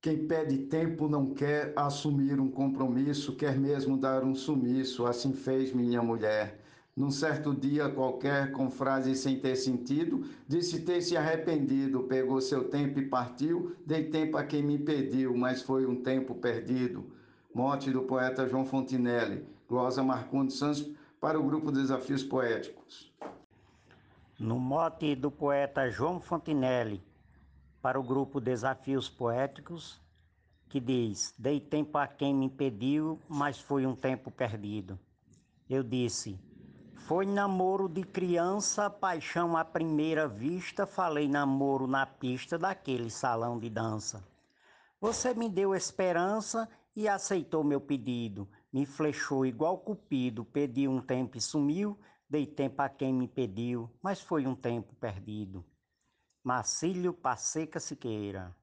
Quem pede tempo não quer assumir um compromisso, quer mesmo dar um sumiço, assim fez minha mulher. Num certo dia qualquer, com frase sem ter sentido, disse ter se arrependido, pegou seu tempo e partiu, dei tempo a quem me pediu, mas foi um tempo perdido. Morte do poeta João Fontinelli, glosa Marcondes Santos, para o grupo Desafios Poéticos. No mote do poeta João Fontinelli, para o grupo Desafios Poéticos, que diz: dei tempo a quem me pediu, mas foi um tempo perdido. Eu disse: foi namoro de criança, paixão à primeira vista, falei namoro na pista daquele salão de dança. Você me deu esperança e aceitou meu pedido, me flechou igual cupido, pediu um tempo e sumiu, dei tempo a quem me pediu, mas foi um tempo perdido. Marcílio Passeca Siqueira.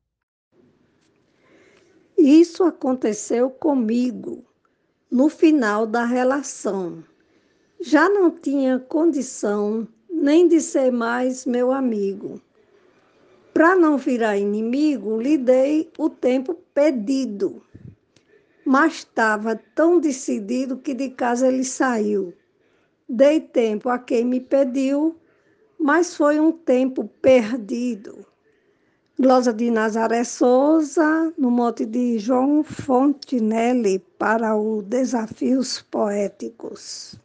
Isso aconteceu comigo no final da relação. Já não tinha condição nem de ser mais meu amigo. Para não virar inimigo, lhe dei o tempo pedido. Mas estava tão decidido que de casa ele saiu. Dei tempo a quem me pediu, mas foi um tempo perdido. Glosa de Nazaré Souza, no mote de João Fontinelli, para o Desafios Poéticos.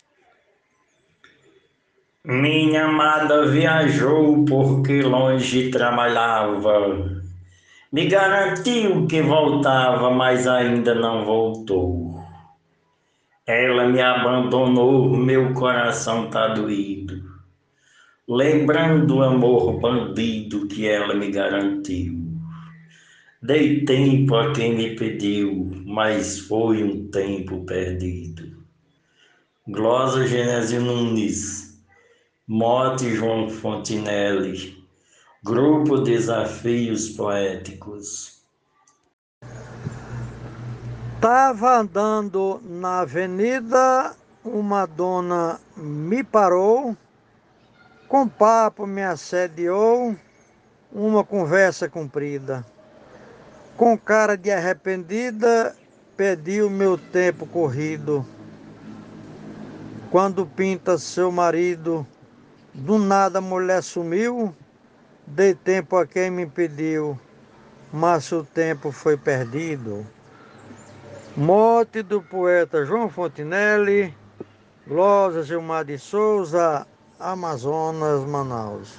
Minha amada viajou porque longe trabalhava. Me garantiu que voltava, mas ainda não voltou. Ela me abandonou, meu coração tá doído. Lembrando o amor bandido que ela me garantiu. Dei tempo a quem me pediu, mas foi um tempo perdido. Glosa Genésio Nunes, mote João Fontinelli, grupo Desafios Poéticos. Tava andando na avenida, uma dona me parou, com papo me assediou, uma conversa comprida. Com cara de arrependida, pediu meu tempo corrido. Quando pinta seu marido, do nada a mulher sumiu, dei tempo a quem me pediu, mas o tempo foi perdido. Morte do poeta João Fontinelli, Glosa Gilmar de Souza, Amazonas, Manaus.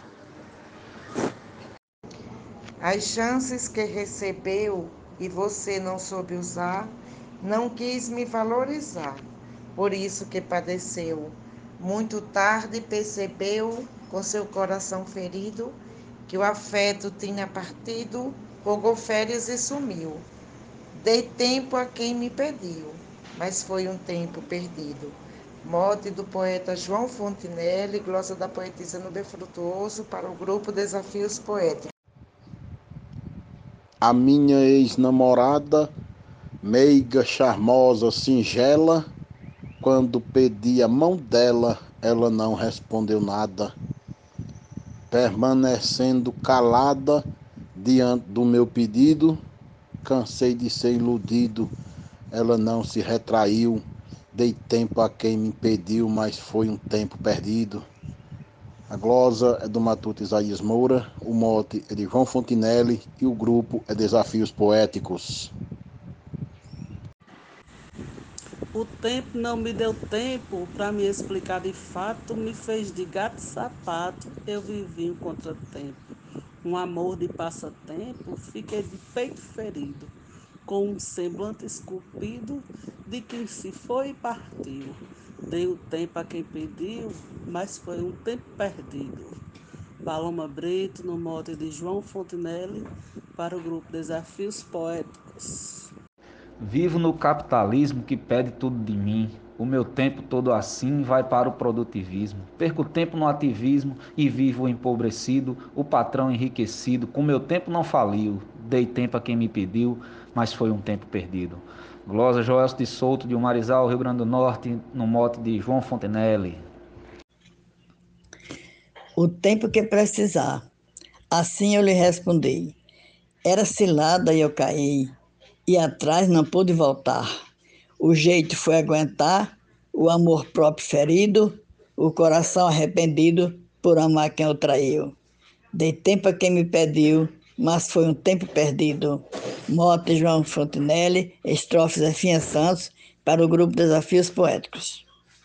As chances que recebeu e você não soube usar, não quis me valorizar, por isso que padeceu. Muito tarde percebeu, com seu coração ferido, que o afeto tinha partido, rogou férias e sumiu. Dei tempo a quem me pediu, mas foi um tempo perdido. Mote do poeta João Fontinelli, glosa da poetisa Nube Frutuoso, para o grupo Desafios Poéticos. A minha ex-namorada, meiga, charmosa, singela, quando pedi a mão dela, ela não respondeu nada. Permanecendo calada diante do meu pedido, cansei de ser iludido, ela não se retraiu. Dei tempo a quem me impediu, mas foi um tempo perdido. A glosa é do Matuto Isaías Moura, o mote é de João Fontinelli e o grupo é Desafios Poéticos. O tempo não me deu tempo para me explicar de fato, me fez de gato e sapato, eu vivi um contratempo. Um amor de passatempo, fiquei de peito ferido, com um semblante esculpido de quem se foi e partiu. Dei o tempo a quem pediu, mas foi um tempo perdido. Paloma Brito, no mote de João Fontinelli, para o grupo Desafios Poéticos. Vivo no capitalismo que pede tudo de mim. O meu tempo todo assim vai para o produtivismo. Perco tempo no ativismo e vivo empobrecido, o patrão enriquecido. Com meu tempo não faliu. Dei tempo a quem me pediu, mas foi um tempo perdido. Glosa Joelso de Souto, de Umarizal, Rio Grande do Norte, no mote de João Fontenelle. O tempo que precisar. Assim eu lhe respondi. Era cilada e eu caí, e atrás não pude voltar. O jeito foi aguentar, o amor próprio ferido, o coração arrependido por amar quem o traiu. Dei tempo a quem me pediu, mas foi um tempo perdido. Mote João Fontinelli, estrofe Zefinha Santos, para o grupo Desafios Poéticos.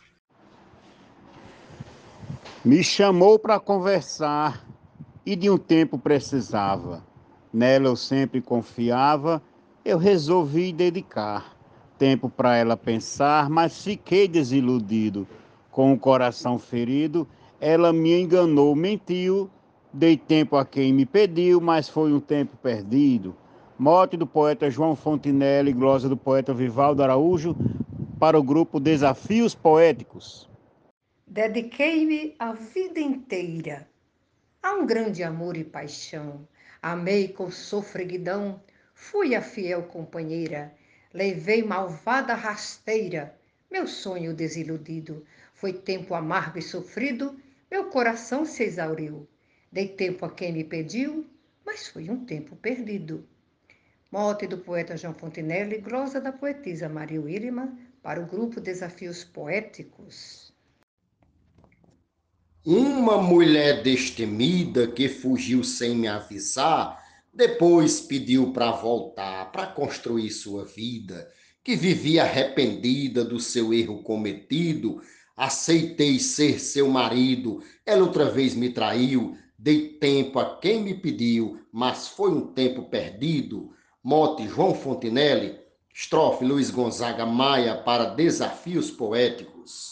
Me chamou para conversar e de um tempo precisava. Nela eu sempre confiava, eu resolvi dedicar tempo para ela pensar, mas fiquei desiludido. Com o coração ferido, ela me enganou, mentiu. Dei tempo a quem me pediu, mas foi um tempo perdido. Mote do poeta João Fontinelli, glosa do poeta Vivaldo Araújo, para o grupo Desafios Poéticos. Dediquei-me a vida inteira a um grande amor e paixão. Amei com sofreguidão, fui a fiel companheira. Levei malvada rasteira, meu sonho desiludido. Foi tempo amargo e sofrido, meu coração se exauriu. Dei tempo a quem me pediu, mas foi um tempo perdido. Mote do poeta João Fontinelli, glosa da poetisa Maria Wilima, para o grupo Desafios Poéticos. Uma mulher destemida que fugiu sem me avisar, depois pediu para voltar, para construir sua vida, que vivia arrependida do seu erro cometido. Aceitei ser seu marido, ela outra vez me traiu, dei tempo a quem me pediu, mas foi um tempo perdido. Mote João Fontinelli, estrofe Luiz Gonzaga Maia para Desafios Poéticos.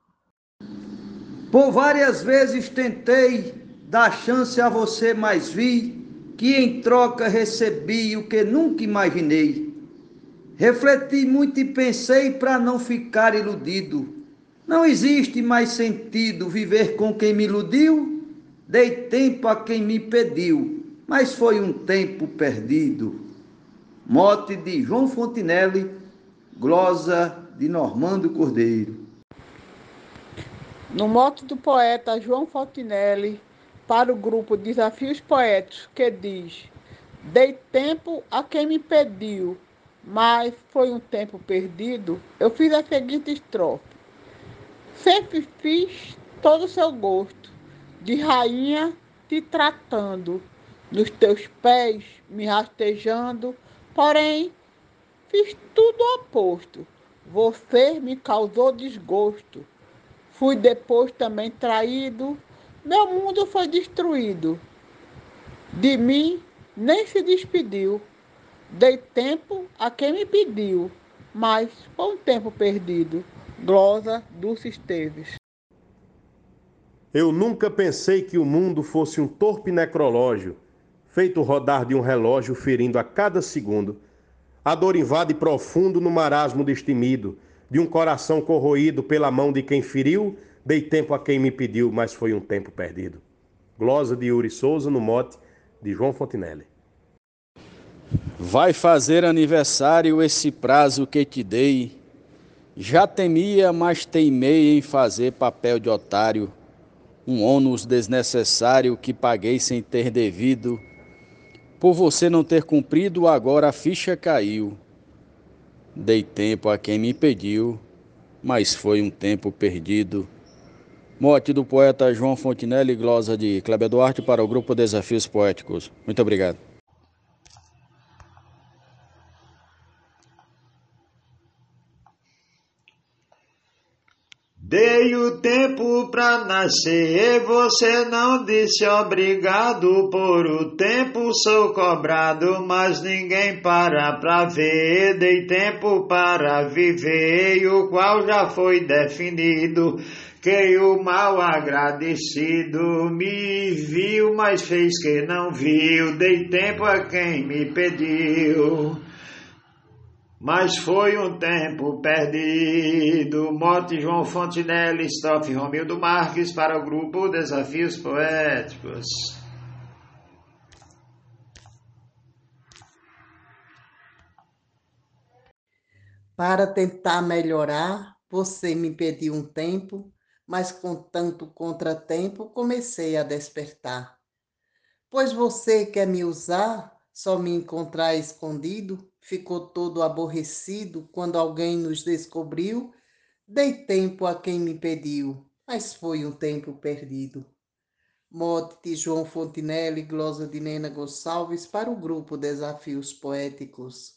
Por várias vezes tentei dar chance a você, mas vi que em troca recebi o que nunca imaginei. Refleti muito e pensei para não ficar iludido. Não existe mais sentido viver com quem me iludiu. Dei tempo a quem me pediu, mas foi um tempo perdido. Mote de João Fontinelli, glosa de Normando Cordeiro. No mote do poeta João Fontinelli, para o grupo Desafios Poéticos, que diz: dei tempo a quem me pediu, mas foi um tempo perdido, eu fiz a seguinte estrofe. Sempre fiz todo o seu gosto, de rainha te tratando, nos teus pés me rastejando, porém fiz tudo o oposto, você me causou desgosto. Fui depois também traído, meu mundo foi destruído. De mim nem se despediu. Dei tempo a quem me pediu, mas foi um tempo perdido. Glosa Dulce Esteves. Eu nunca pensei que o mundo fosse um torpe necrológio, feito rodar de um relógio ferindo a cada segundo. A dor invade profundo no marasmo destemido, de um coração corroído pela mão de quem feriu, dei tempo a quem me pediu, mas foi um tempo perdido. Glosa de Yuri Souza, no mote de João Fontinelli. Vai fazer aniversário esse prazo que te dei. Já temia, mas teimei em fazer papel de otário. Um ônus desnecessário que paguei sem ter devido. Por você não ter cumprido, agora a ficha caiu. Dei tempo a quem me pediu, mas foi um tempo perdido. Mote do poeta João Fontinelli, glosa de Cléber Duarte para o grupo Desafios Poéticos. Muito obrigado. Dei o tempo pra nascer, você não disse obrigado. Por o tempo sou cobrado, mas ninguém para pra ver. Dei tempo para viver, o qual já foi definido. Que o mal agradecido me viu, mas fez que não viu. Dei tempo a quem me pediu, mas foi um tempo perdido. Mote João Fontinelli, estrofe Romildo Marques para o grupo Desafios Poéticos. Para tentar melhorar, você me pediu um tempo, mas com tanto contratempo comecei a despertar. Pois você quer me usar, só me encontrar escondido, ficou todo aborrecido quando alguém nos descobriu. Dei tempo a quem me pediu, mas foi um tempo perdido. Mote de João Fontinelli, glosa de Nena Gonçalves para o grupo Desafios Poéticos.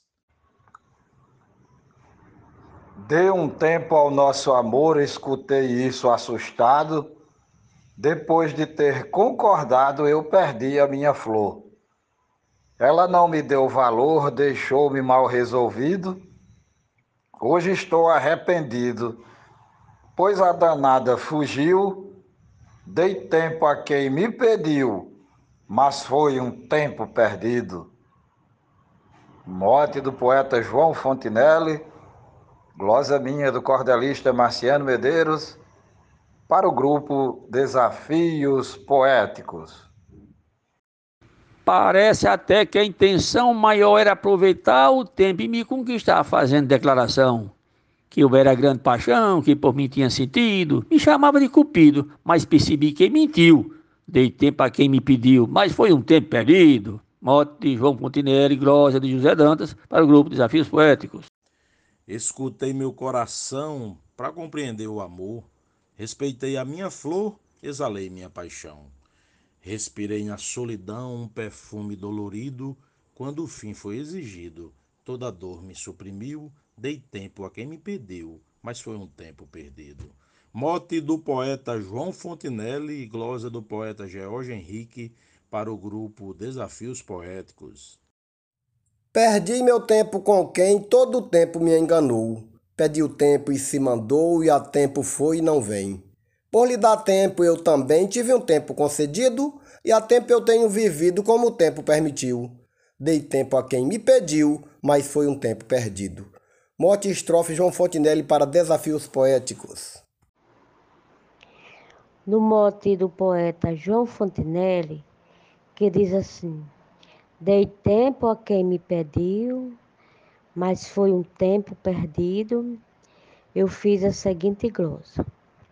Dê um tempo ao nosso amor, escutei isso assustado. Depois de ter concordado, eu perdi a minha flor. Ela não me deu valor, deixou-me mal resolvido. Hoje estou arrependido, pois a danada fugiu. Dei tempo a quem me pediu, mas foi um tempo perdido. Mote do poeta João Fontinelli, glosa minha do cordelista Marciano Medeiros, para o grupo Desafios Poéticos. Parece até que a intenção maior era aproveitar o tempo e me conquistar, fazendo declaração que eu era grande paixão, que por mim tinha sentido. Me chamava de cupido, mas percebi que mentiu. Dei tempo a quem me pediu, mas foi um tempo perdido. Mote de João Fontinelli, glosa de José Dantas, para o grupo Desafios Poéticos. Escutei meu coração para compreender o amor. Respeitei a minha flor, exalei minha paixão. Respirei na solidão um perfume dolorido. Quando o fim foi exigido, toda dor me suprimiu. Dei tempo a quem me pediu, mas foi um tempo perdido. Mote do poeta João Fontinelli e glosa do poeta George Henrique para o grupo Desafios Poéticos. Perdi meu tempo com quem todo o tempo me enganou. Pedi o tempo e se mandou, e a tempo foi e não vem. Por lhe dar tempo, eu também tive um tempo concedido, e a tempo eu tenho vivido como o tempo permitiu. Dei tempo a quem me pediu, mas foi um tempo perdido. Mote e estrofe João Fontinelli para Desafios Poéticos. No mote do poeta João Fontinelli, que diz assim: dei tempo a quem me pediu, mas foi um tempo perdido, eu fiz a seguinte glosa.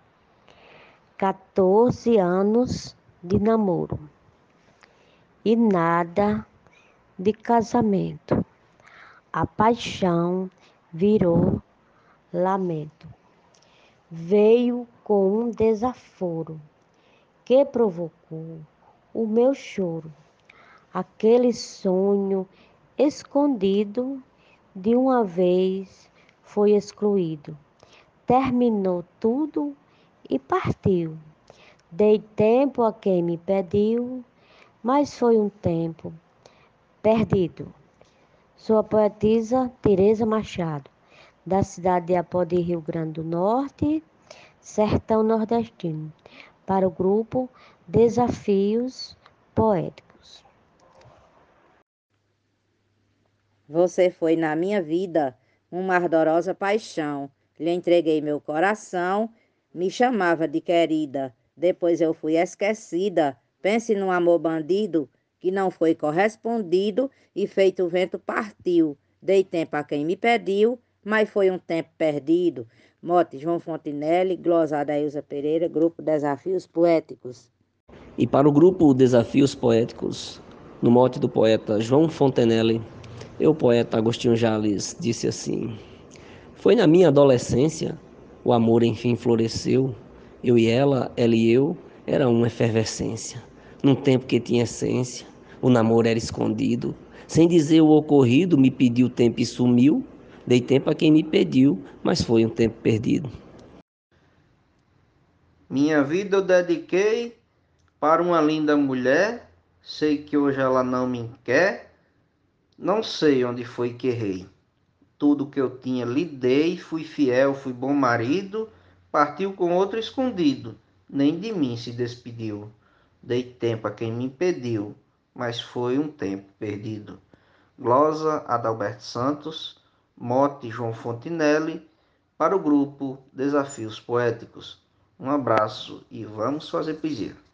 14 anos de namoro e nada de casamento. A paixão virou lamento. Veio com um desaforo que provocou o meu choro. Aquele sonho escondido de uma vez foi excluído. Terminou tudo e partiu. Dei tempo a quem me pediu, mas foi um tempo perdido. Sou a poetisa Tereza Machado, da cidade de Apodi, Rio Grande do Norte, sertão nordestino, para o grupo Desafios Poéticos. Você foi na minha vida uma ardorosa paixão. Lhe entreguei meu coração, me chamava de querida. Depois eu fui esquecida. Pense num amor bandido que não foi correspondido e feito o vento partiu. Dei tempo a quem me pediu, mas foi um tempo perdido. Mote João Fontinelli, glosada Ailza Pereira, grupo Desafios Poéticos. E para o grupo Desafios Poéticos, no mote do poeta João Fontinelli, o poeta Agostinho Jales disse assim: foi na minha adolescência, o amor enfim floresceu, eu e ela e eu, era uma efervescência. Num tempo que tinha essência, o namoro era escondido, sem dizer o ocorrido, me pediu tempo e sumiu. Dei tempo a quem me pediu, mas foi um tempo perdido. Minha vida eu dediquei para uma linda mulher, sei que hoje ela não me quer, não sei onde foi que errei. Tudo que eu tinha lhe dei, fui fiel, fui bom marido, partiu com outro escondido, nem de mim se despediu. Dei tempo a quem me impediu, mas foi um tempo perdido. Glosa Adalberto Santos, mote João Fontinelli, para o grupo Desafios Poéticos. Um abraço e vamos fazer poesia.